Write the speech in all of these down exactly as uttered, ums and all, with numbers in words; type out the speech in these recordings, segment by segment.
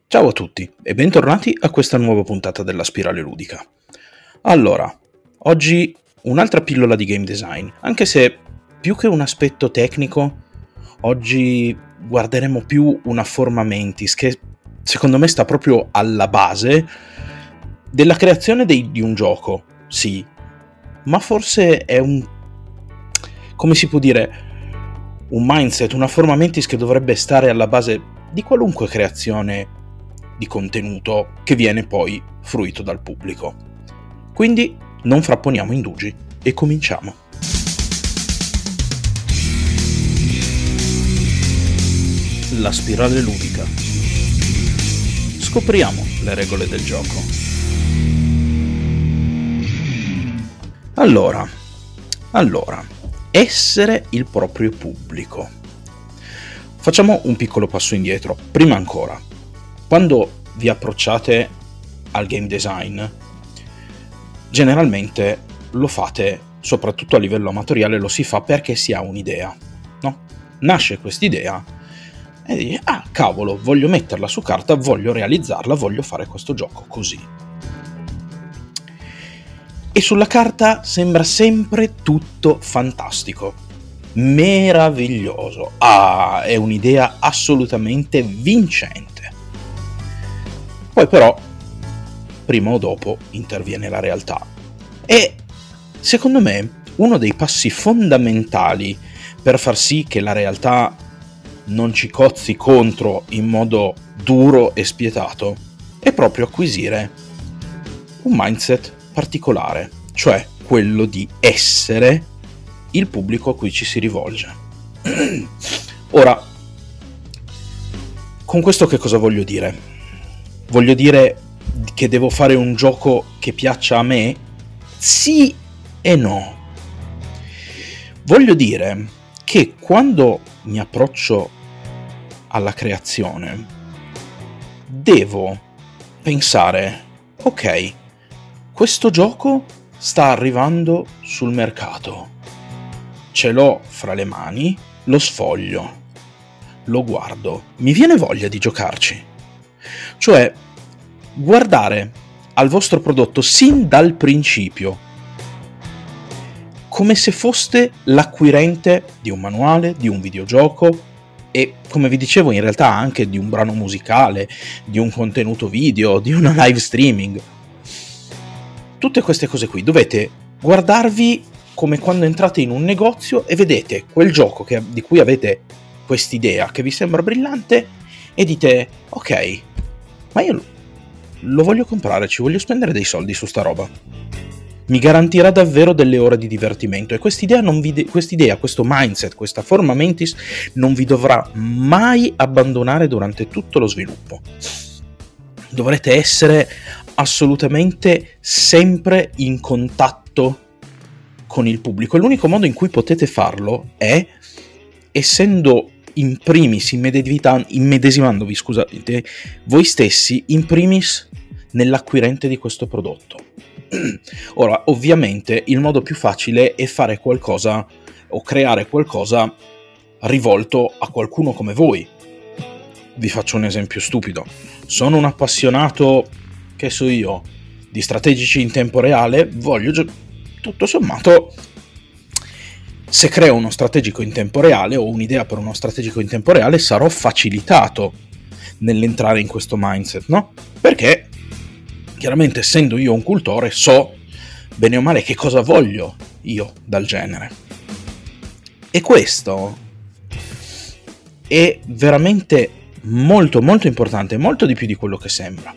Ciao a tutti e bentornati a questa nuova puntata della Spirale Ludica. Allora, oggi un'altra pillola di game design, anche se più che un aspetto tecnico, oggi guarderemo più una forma mentis che secondo me sta proprio alla base della creazione dei, di un gioco, sì, ma forse è un, come si può dire, un mindset, una forma mentis che dovrebbe stare alla base di qualunque creazione di contenuto che viene poi fruito dal pubblico. Quindi non frapponiamo indugi e cominciamo. La spirale ludica. Scopriamo le regole del gioco. Allora, allora, essere il proprio pubblico. Facciamo un piccolo passo indietro. Prima ancora, quando vi approcciate al game design, generalmente lo fate, soprattutto a livello amatoriale, lo si fa perché si ha un'idea, no? Nasce quest'idea e dici, ah cavolo, voglio metterla su carta, voglio realizzarla, voglio fare questo gioco così. E sulla carta sembra sempre tutto fantastico, meraviglioso, ah, è un'idea assolutamente vincente. Poi però, prima o dopo, interviene la realtà. E, secondo me, uno dei passi fondamentali per far sì che la realtà non ci cozzi contro in modo duro e spietato è proprio acquisire un mindset particolare, cioè quello di essere il pubblico a cui ci si rivolge. Ora, con questo che cosa voglio dire? Voglio dire che devo fare un gioco che piaccia a me? Sì e no. Voglio dire che quando mi approccio alla creazione devo pensare, ok, questo gioco sta arrivando sul mercato, ce l'ho fra le mani, lo sfoglio, lo guardo, mi viene voglia di giocarci. Cioè, guardare al vostro prodotto sin dal principio come se foste l'acquirente di un manuale, di un videogioco e, come vi dicevo, in realtà anche di un brano musicale, di un contenuto video, di una live streaming. Tutte queste cose qui dovete guardarvi come quando entrate in un negozio e vedete quel gioco che, di cui avete quest'idea che vi sembra brillante e dite, ok, ma io lo voglio comprare, ci voglio spendere dei soldi su sta roba. Mi garantirà davvero delle ore di divertimento e quest'idea, non vi de- quest'idea, questo mindset, questa forma mentis non vi dovrà mai abbandonare durante tutto lo sviluppo. Dovrete essere assolutamente sempre in contatto con il pubblico e l'unico modo in cui potete farlo è essendo in primis immedesimandovi, scusate, voi stessi in primis nell'acquirente di questo prodotto. Ora, ovviamente il modo più facile è fare qualcosa o creare qualcosa rivolto a qualcuno come voi. Vi faccio un esempio stupido. Sono un appassionato, che so io, di strategici in tempo reale, voglio gio- tutto sommato, se creo uno strategico in tempo reale o un'idea per uno strategico in tempo reale, sarò facilitato nell'entrare in questo mindset, no? Perché chiaramente, essendo io un cultore, so bene o male che cosa voglio io dal genere. E questo è veramente molto molto importante, molto di più di quello che sembra.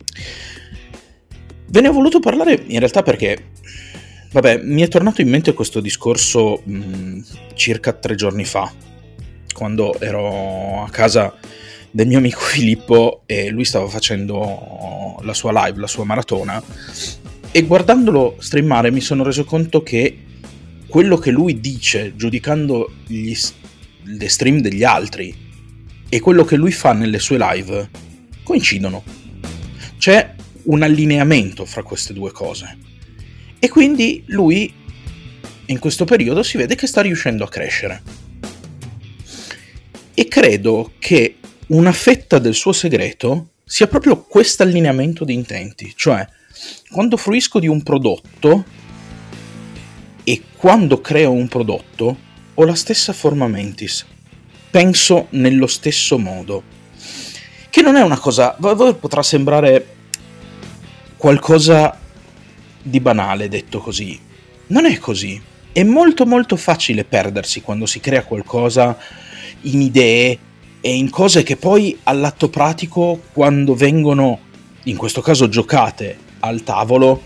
Ve ne ho voluto parlare in realtà perché Vabbè, mi è tornato in mente questo discorso mh, circa tre giorni fa, quando ero a casa del mio amico Filippo e lui stava facendo la sua live, la sua maratona, e guardandolo streamare mi sono reso conto che quello che lui dice giudicando gli, le stream degli altri e quello che lui fa nelle sue live coincidono. C'è un allineamento fra queste due cose. E quindi lui in questo periodo si vede che sta riuscendo a crescere. E credo che una fetta del suo segreto sia proprio questo allineamento di intenti, cioè quando fruisco di un prodotto e quando creo un prodotto ho la stessa forma mentis, penso nello stesso modo, che non è una cosa, a voi potrà sembrare qualcosa di banale detto così, non è così, è molto molto facile perdersi quando si crea qualcosa in idee e in cose che poi all'atto pratico, quando vengono, in questo caso giocate al tavolo,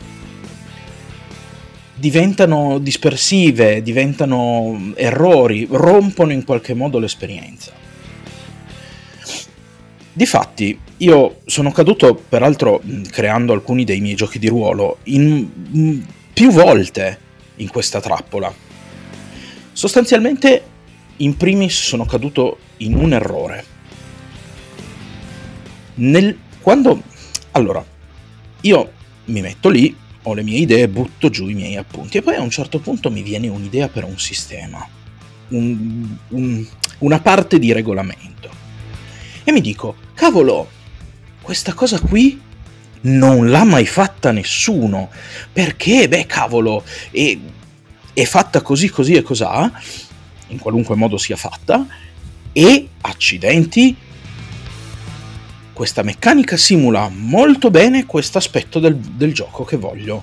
diventano dispersive, diventano errori, rompono in qualche modo l'esperienza. Difatti, io sono caduto, peraltro creando alcuni dei miei giochi di ruolo, in, in più volte in questa trappola. Sostanzialmente, in primis sono caduto in un errore. Nel, quando, allora, io mi metto lì, ho le mie idee, butto giù i miei appunti e poi a un certo punto mi viene un'idea per un sistema, un, un, una parte di regolamento. E mi dico, cavolo, questa cosa qui non l'ha mai fatta nessuno, perché, beh, cavolo, è, è fatta così, così e cosà, in qualunque modo sia fatta, e, accidenti, questa meccanica simula molto bene questo aspetto del, del gioco che voglio.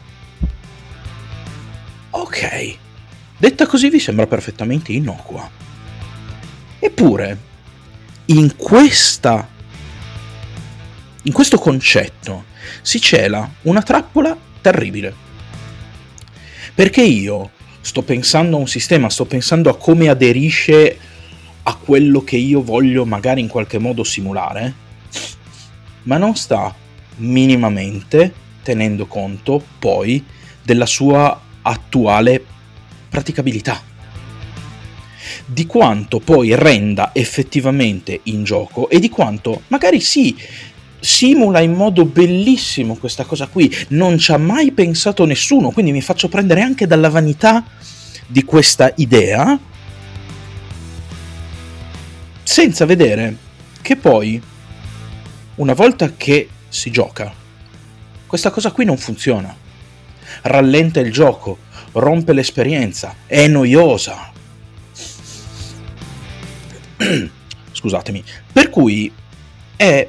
Ok, detta così vi sembra perfettamente innocua. Eppure, in questa, in questo concetto si cela una trappola terribile. Perché io sto pensando a un sistema, sto pensando a come aderisce a quello che io voglio magari in qualche modo simulare, ma non sta minimamente tenendo conto poi della sua attuale praticabilità, di quanto poi renda effettivamente in gioco e di quanto magari sì, simula in modo bellissimo questa cosa qui, non ci ha mai pensato nessuno, quindi mi faccio prendere anche dalla vanità di questa idea, senza vedere che poi, una volta che si gioca, questa cosa qui non funziona, rallenta il gioco, rompe l'esperienza, è noiosa. Scusatemi. Per cui è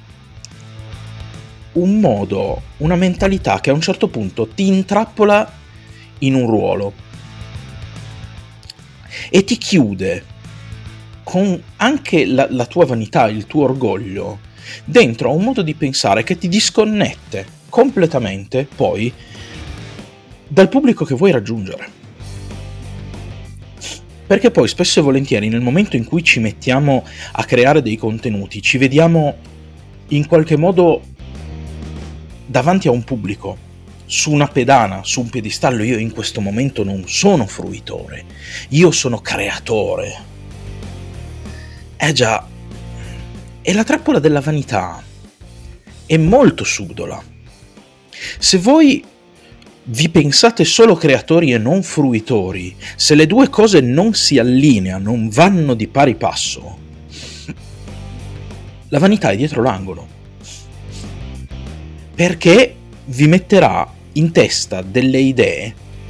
un modo, una mentalità che a un certo punto ti intrappola in un ruolo e ti chiude con anche la, la tua vanità, il tuo orgoglio, dentro a un modo di pensare che ti disconnette completamente poi dal pubblico che vuoi raggiungere. Perché poi spesso e volentieri nel momento in cui ci mettiamo a creare dei contenuti, ci vediamo in qualche modo davanti a un pubblico, su una pedana, su un piedistallo. Io in questo momento non sono fruitore, io sono creatore. Eh già, e la trappola della vanità è molto subdola. Se voi vi pensate solo creatori e non fruitori, se le due cose non si allineano, non vanno di pari passo, la vanità è dietro l'angolo, perché vi metterà in testa delle idee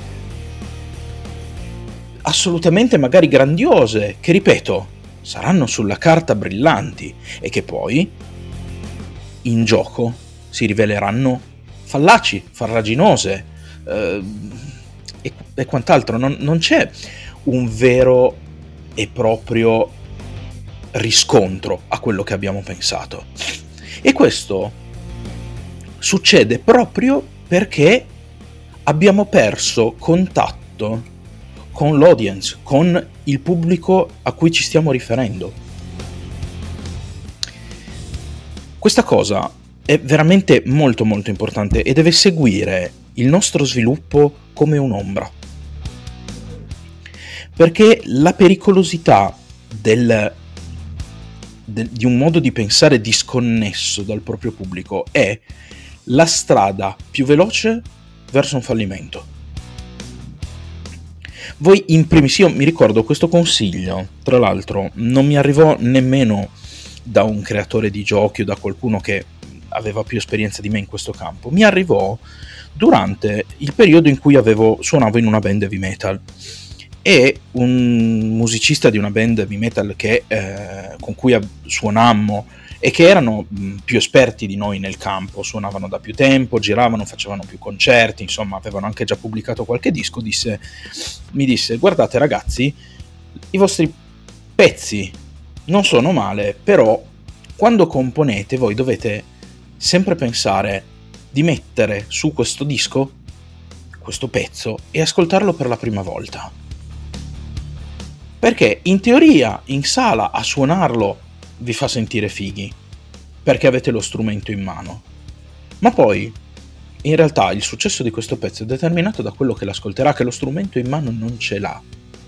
assolutamente magari grandiose, che ripeto, saranno sulla carta brillanti e che poi in gioco si riveleranno fallaci, farraginose eh, e, e quant'altro. Non, non c'è un vero e proprio riscontro a quello che abbiamo pensato, e questo succede proprio perché abbiamo perso contatto con l'audience, con il pubblico a cui ci stiamo riferendo. Questa cosa è veramente molto molto importante e deve seguire il nostro sviluppo come un'ombra, perché la pericolosità del, del, di un modo di pensare disconnesso dal proprio pubblico è la strada più veloce verso un fallimento. Voi in primis, io mi ricordo questo consiglio, tra l'altro non mi arrivò nemmeno da un creatore di giochi o da qualcuno che aveva più esperienza di me in questo campo, mi arrivò durante il periodo in cui avevo, suonavo in una band heavy metal, e un musicista di una band heavy metal che, eh, con cui suonammo e che erano mh, più esperti di noi nel campo, suonavano da più tempo, giravano, facevano più concerti, insomma avevano anche già pubblicato qualche disco, disse, mi disse: guardate ragazzi, i vostri pezzi non sono male, però quando componete voi dovete sempre pensare di mettere su questo disco questo pezzo e ascoltarlo per la prima volta, perché in teoria in sala a suonarlo vi fa sentire fighi perché avete lo strumento in mano, ma poi in realtà il successo di questo pezzo è determinato da quello che l'ascolterà, che lo strumento in mano non ce l'ha.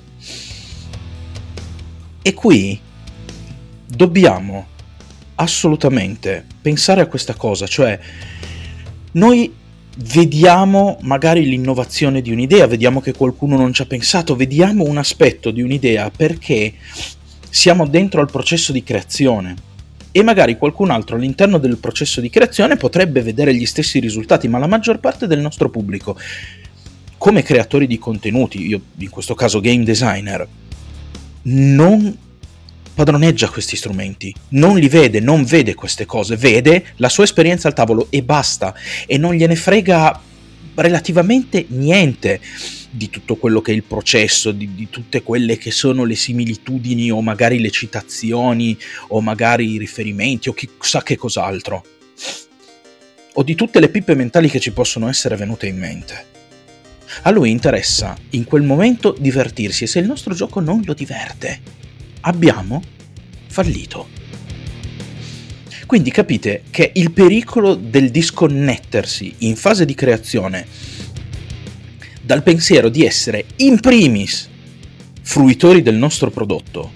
E qui dobbiamo assolutamente pensare a questa cosa, cioè noi vediamo magari l'innovazione di un'idea, vediamo che qualcuno non ci ha pensato, vediamo un aspetto di un'idea perché siamo dentro al processo di creazione, e magari qualcun altro all'interno del processo di creazione potrebbe vedere gli stessi risultati, ma la maggior parte del nostro pubblico, come creatori di contenuti, io in questo caso game designer, non padroneggia questi strumenti, non li vede, non vede queste cose, vede la sua esperienza al tavolo e basta, e non gliene frega relativamente niente di tutto quello che è il processo, di, di tutte quelle che sono le similitudini o magari le citazioni o magari i riferimenti o chissà che cos'altro, o di tutte le pippe mentali che ci possono essere venute in mente. A lui interessa in quel momento divertirsi, e se il nostro gioco non lo diverte, abbiamo fallito. Quindi capite che il pericolo del disconnettersi in fase di creazione dal pensiero di essere in primis fruitori del nostro prodotto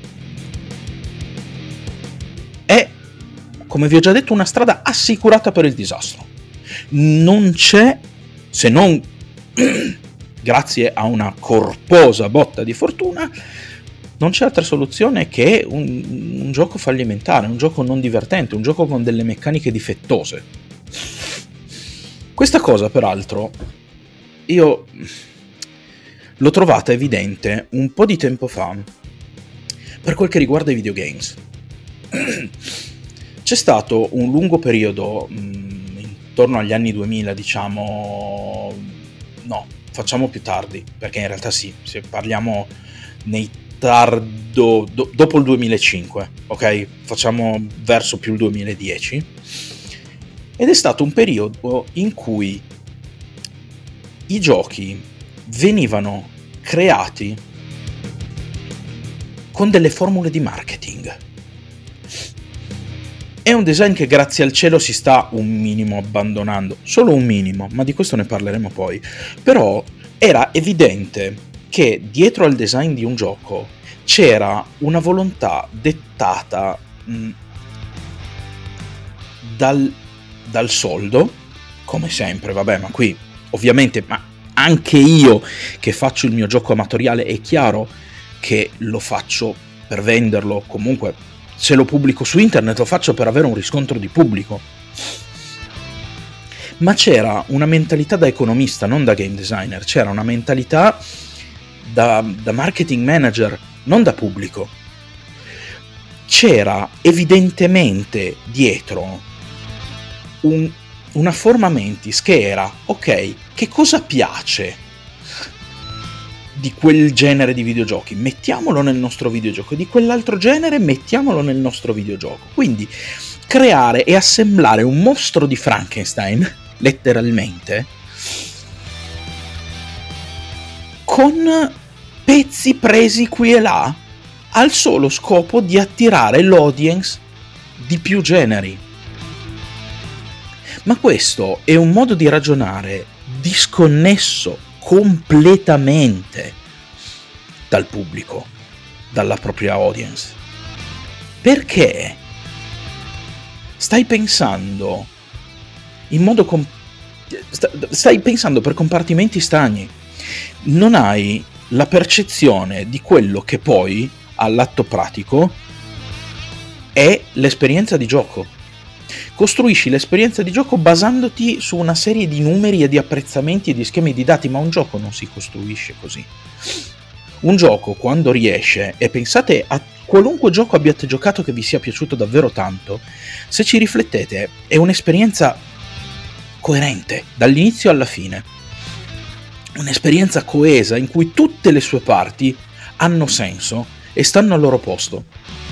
è, come vi ho già detto, una strada assicurata per il disastro. Non c'è, se non grazie a una corposa botta di fortuna, non c'è altra soluzione che un, un gioco fallimentare, un gioco non divertente, un gioco con delle meccaniche difettose. Questa cosa, peraltro, io l'ho trovata evidente un po' di tempo fa per quel che riguarda i videogames. C'è stato un lungo periodo, mh, intorno agli anni duemila, diciamo, no, facciamo più tardi, perché in realtà sì, se parliamo nei tardo, do, dopo il duemilacinque, ok? Facciamo verso più il duemiladieci, ed è stato un periodo in cui i giochi venivano creati con delle formule di marketing. È un design che grazie al cielo si sta un minimo abbandonando, solo un minimo, ma di questo ne parleremo poi. Però era evidente che dietro al design di un gioco c'era una volontà dettata mh, dal, dal soldo, come sempre, vabbè, ma qui ovviamente, ma anche io che faccio il mio gioco amatoriale è chiaro che lo faccio per venderlo, comunque se lo pubblico su internet lo faccio per avere un riscontro di pubblico. Ma c'era una mentalità da economista, non da game designer, c'era una mentalità da, da marketing manager, non da pubblico. C'era evidentemente dietro un, una forma mentis che era, ok, che cosa piace di quel genere di videogiochi? Mettiamolo nel nostro videogioco, di quell'altro genere mettiamolo nel nostro videogioco. Quindi creare e assemblare un mostro di Frankenstein, letteralmente, con pezzi presi qui e là, al solo scopo di attirare l'audience di più generi. Ma questo è un modo di ragionare disconnesso completamente dal pubblico, dalla propria audience. Perché stai pensando in modo com- stai pensando per compartimenti stagni, non hai la percezione di quello che poi all'atto pratico è l'esperienza di gioco. Costruisci l'esperienza di gioco basandoti su una serie di numeri e di apprezzamenti e di schemi di dati, ma un gioco non si costruisce così. Un gioco, quando riesce, e pensate a qualunque gioco abbiate giocato che vi sia piaciuto davvero tanto, se ci riflettete è un'esperienza coerente dall'inizio alla fine, un'esperienza coesa in cui tutte le sue parti hanno senso e stanno al loro posto.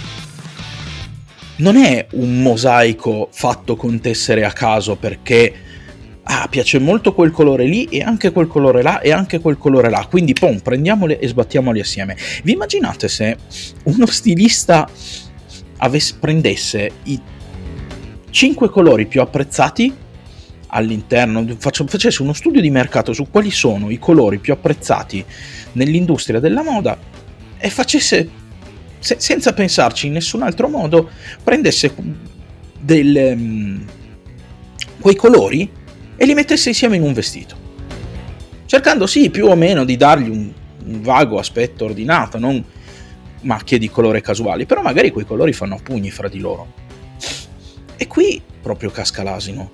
Non è un mosaico fatto con tessere a caso perché ah, piace molto quel colore lì e anche quel colore là e anche quel colore là, quindi pom, prendiamole e sbattiamoli assieme. Vi immaginate se uno stilista avesse, prendesse i cinque colori più apprezzati all'interno, facesse uno studio di mercato su quali sono i colori più apprezzati nell'industria della moda e facesse, se, senza pensarci in nessun altro modo, prendesse del, um, quei colori e li mettesse insieme in un vestito, cercando sì più o meno di dargli un, un vago aspetto ordinato, non macchie di colore casuali, però magari quei colori fanno a pugni fra di loro. E qui proprio casca l'asino.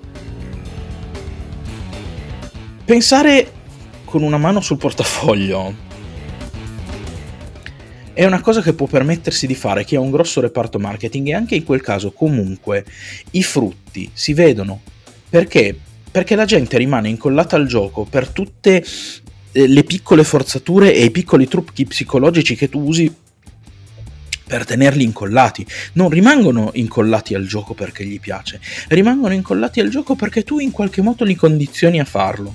Pensare con una mano sul portafoglio è una cosa che può permettersi di fare chi ha un grosso reparto marketing, e anche in quel caso comunque i frutti si vedono. Perché? Perché la gente rimane incollata al gioco per tutte le piccole forzature e i piccoli trucchi psicologici che tu usi per tenerli incollati. Non rimangono incollati al gioco perché gli piace, rimangono incollati al gioco perché tu in qualche modo li condizioni a farlo.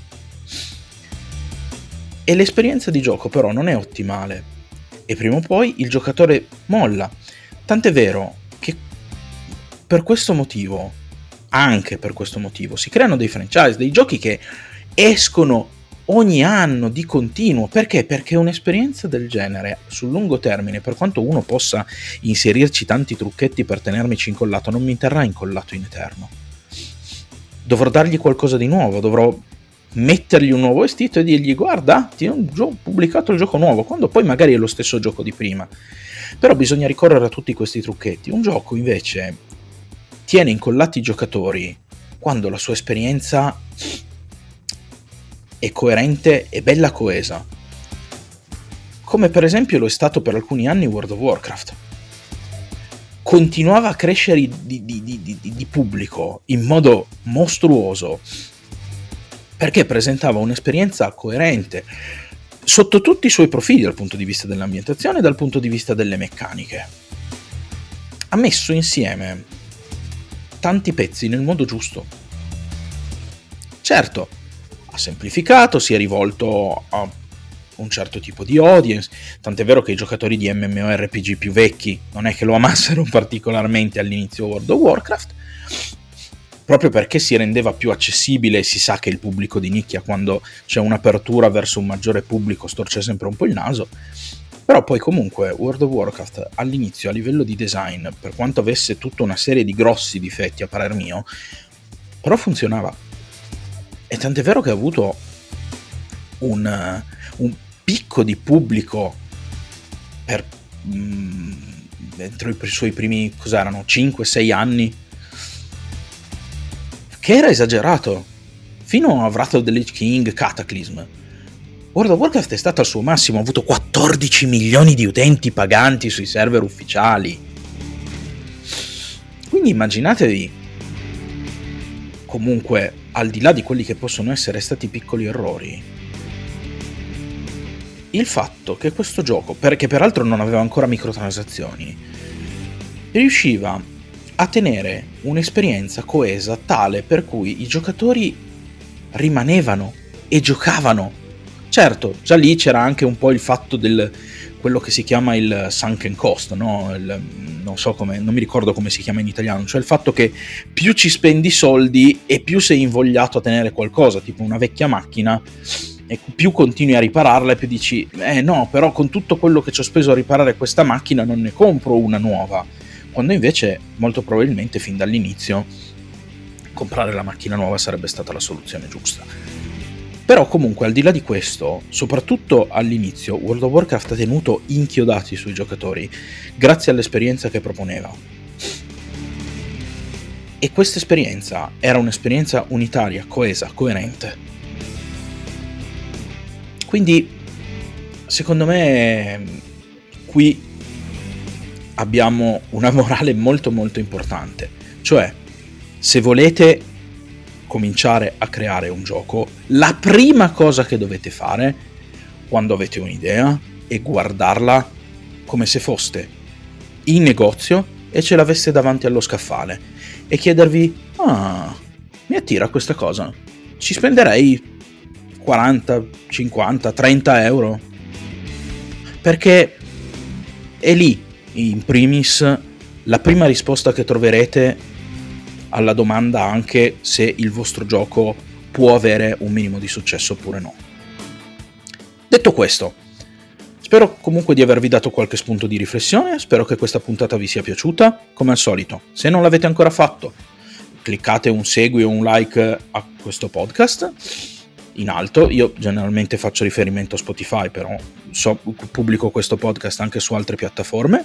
E l'esperienza di gioco però non è ottimale e prima o poi il giocatore molla. Tant'è vero che per questo motivo, anche per questo motivo, si creano dei franchise, dei giochi che escono ogni anno di continuo. Perché? Perché un'esperienza del genere sul lungo termine, per quanto uno possa inserirci tanti trucchetti per tenermici incollato, non mi terrà incollato in eterno. Dovrò dargli qualcosa di nuovo, dovrò mettergli un nuovo vestito e dirgli guarda, ti ho gio- pubblicato il gioco nuovo, quando poi magari è lo stesso gioco di prima. Però bisogna ricorrere a tutti questi trucchetti. Un gioco invece tiene incollati i giocatori quando la sua esperienza è coerente e bella coesa, come per esempio lo è stato per alcuni anni World of Warcraft. Continuava a crescere di, di, di, di, di pubblico in modo mostruoso perché presentava un'esperienza coerente sotto tutti i suoi profili, dal punto di vista dell'ambientazione e dal punto di vista delle meccaniche. Ha messo insieme tanti pezzi nel modo giusto. Certo, ha semplificato, si è rivolto a un certo tipo di audience, tant'è vero che i giocatori di MMORPG più vecchi non è che lo amassero particolarmente all'inizio World of Warcraft, proprio perché si rendeva più accessibile, e si sa che il pubblico di nicchia, quando c'è un'apertura verso un maggiore pubblico, storce sempre un po' il naso. Però poi comunque World of Warcraft all'inizio, a livello di design, per quanto avesse tutta una serie di grossi difetti a parer mio, però funzionava. E tant'è vero che ha avuto un, un picco di pubblico per mh, dentro i suoi primi, cos'erano, cinque sei anni, che era esagerato, fino a Wrath of the Lich King, Cataclysm. World of Warcraft è stato al suo massimo, ha avuto quattordici milioni di utenti paganti sui server ufficiali. Quindi immaginatevi, comunque, al di là di quelli che possono essere stati piccoli errori, il fatto che questo gioco, perché peraltro non aveva ancora microtransazioni, riusciva a tenere un'esperienza coesa tale per cui i giocatori rimanevano e giocavano. Certo, già lì c'era anche un po' il fatto del quello che si chiama il sunken cost, no? Il, non so come, non mi ricordo come si chiama in italiano, cioè il fatto che più ci spendi soldi e più sei invogliato a tenere qualcosa, tipo una vecchia macchina, e più continui a ripararla e più dici eh no, però con tutto quello che ci ho speso a riparare questa macchina non ne compro una nuova, quando invece molto probabilmente fin dall'inizio comprare la macchina nuova sarebbe stata la soluzione giusta. Però comunque, al di là di questo, soprattutto all'inizio, World of Warcraft ha tenuto inchiodati i suoi giocatori grazie all'esperienza che proponeva. E questa esperienza era un'esperienza unitaria, coesa, coerente. Quindi, secondo me, qui abbiamo una morale molto molto importante. Cioè, se volete cominciare a creare un gioco, la prima cosa che dovete fare, quando avete un'idea, è guardarla come se foste in negozio e ce l'aveste davanti allo scaffale. E chiedervi, ah, mi attira questa cosa, ci spenderei quaranta, cinquanta, trenta euro, perché è lì, in primis, la prima risposta che troverete alla domanda anche se il vostro gioco può avere un minimo di successo oppure no. Detto questo, spero comunque di avervi dato qualche spunto di riflessione, spero che questa puntata vi sia piaciuta. Come al solito, se non l'avete ancora fatto, cliccate un segui o un like a questo podcast in alto. Io generalmente faccio riferimento a Spotify, però so, pubblico questo podcast anche su altre piattaforme.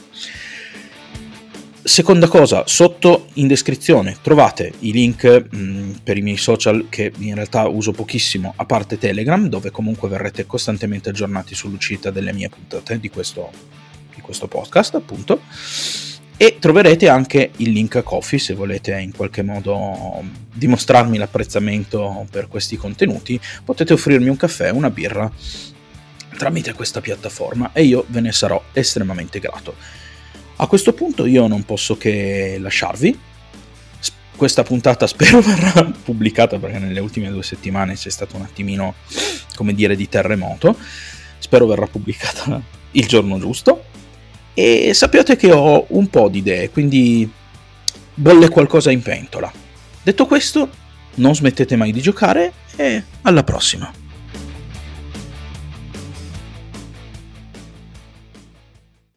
Seconda cosa, sotto in descrizione trovate i link mh, per i miei social, che in realtà uso pochissimo, a parte Telegram, dove comunque verrete costantemente aggiornati sull'uscita delle mie puntate di questo, di questo podcast, appunto. E troverete anche il link a Ko-fi se volete in qualche modo dimostrarmi l'apprezzamento per questi contenuti. Potete offrirmi un caffè, una birra tramite questa piattaforma e io ve ne sarò estremamente grato. A questo punto io non posso che lasciarvi. Questa puntata spero verrà pubblicata, perché nelle ultime due settimane c'è stato un attimino, come dire, di terremoto. Spero verrà pubblicata il giorno giusto. E sappiate che ho un po' di idee, quindi bolle qualcosa in pentola. Detto questo, non smettete mai di giocare e alla prossima.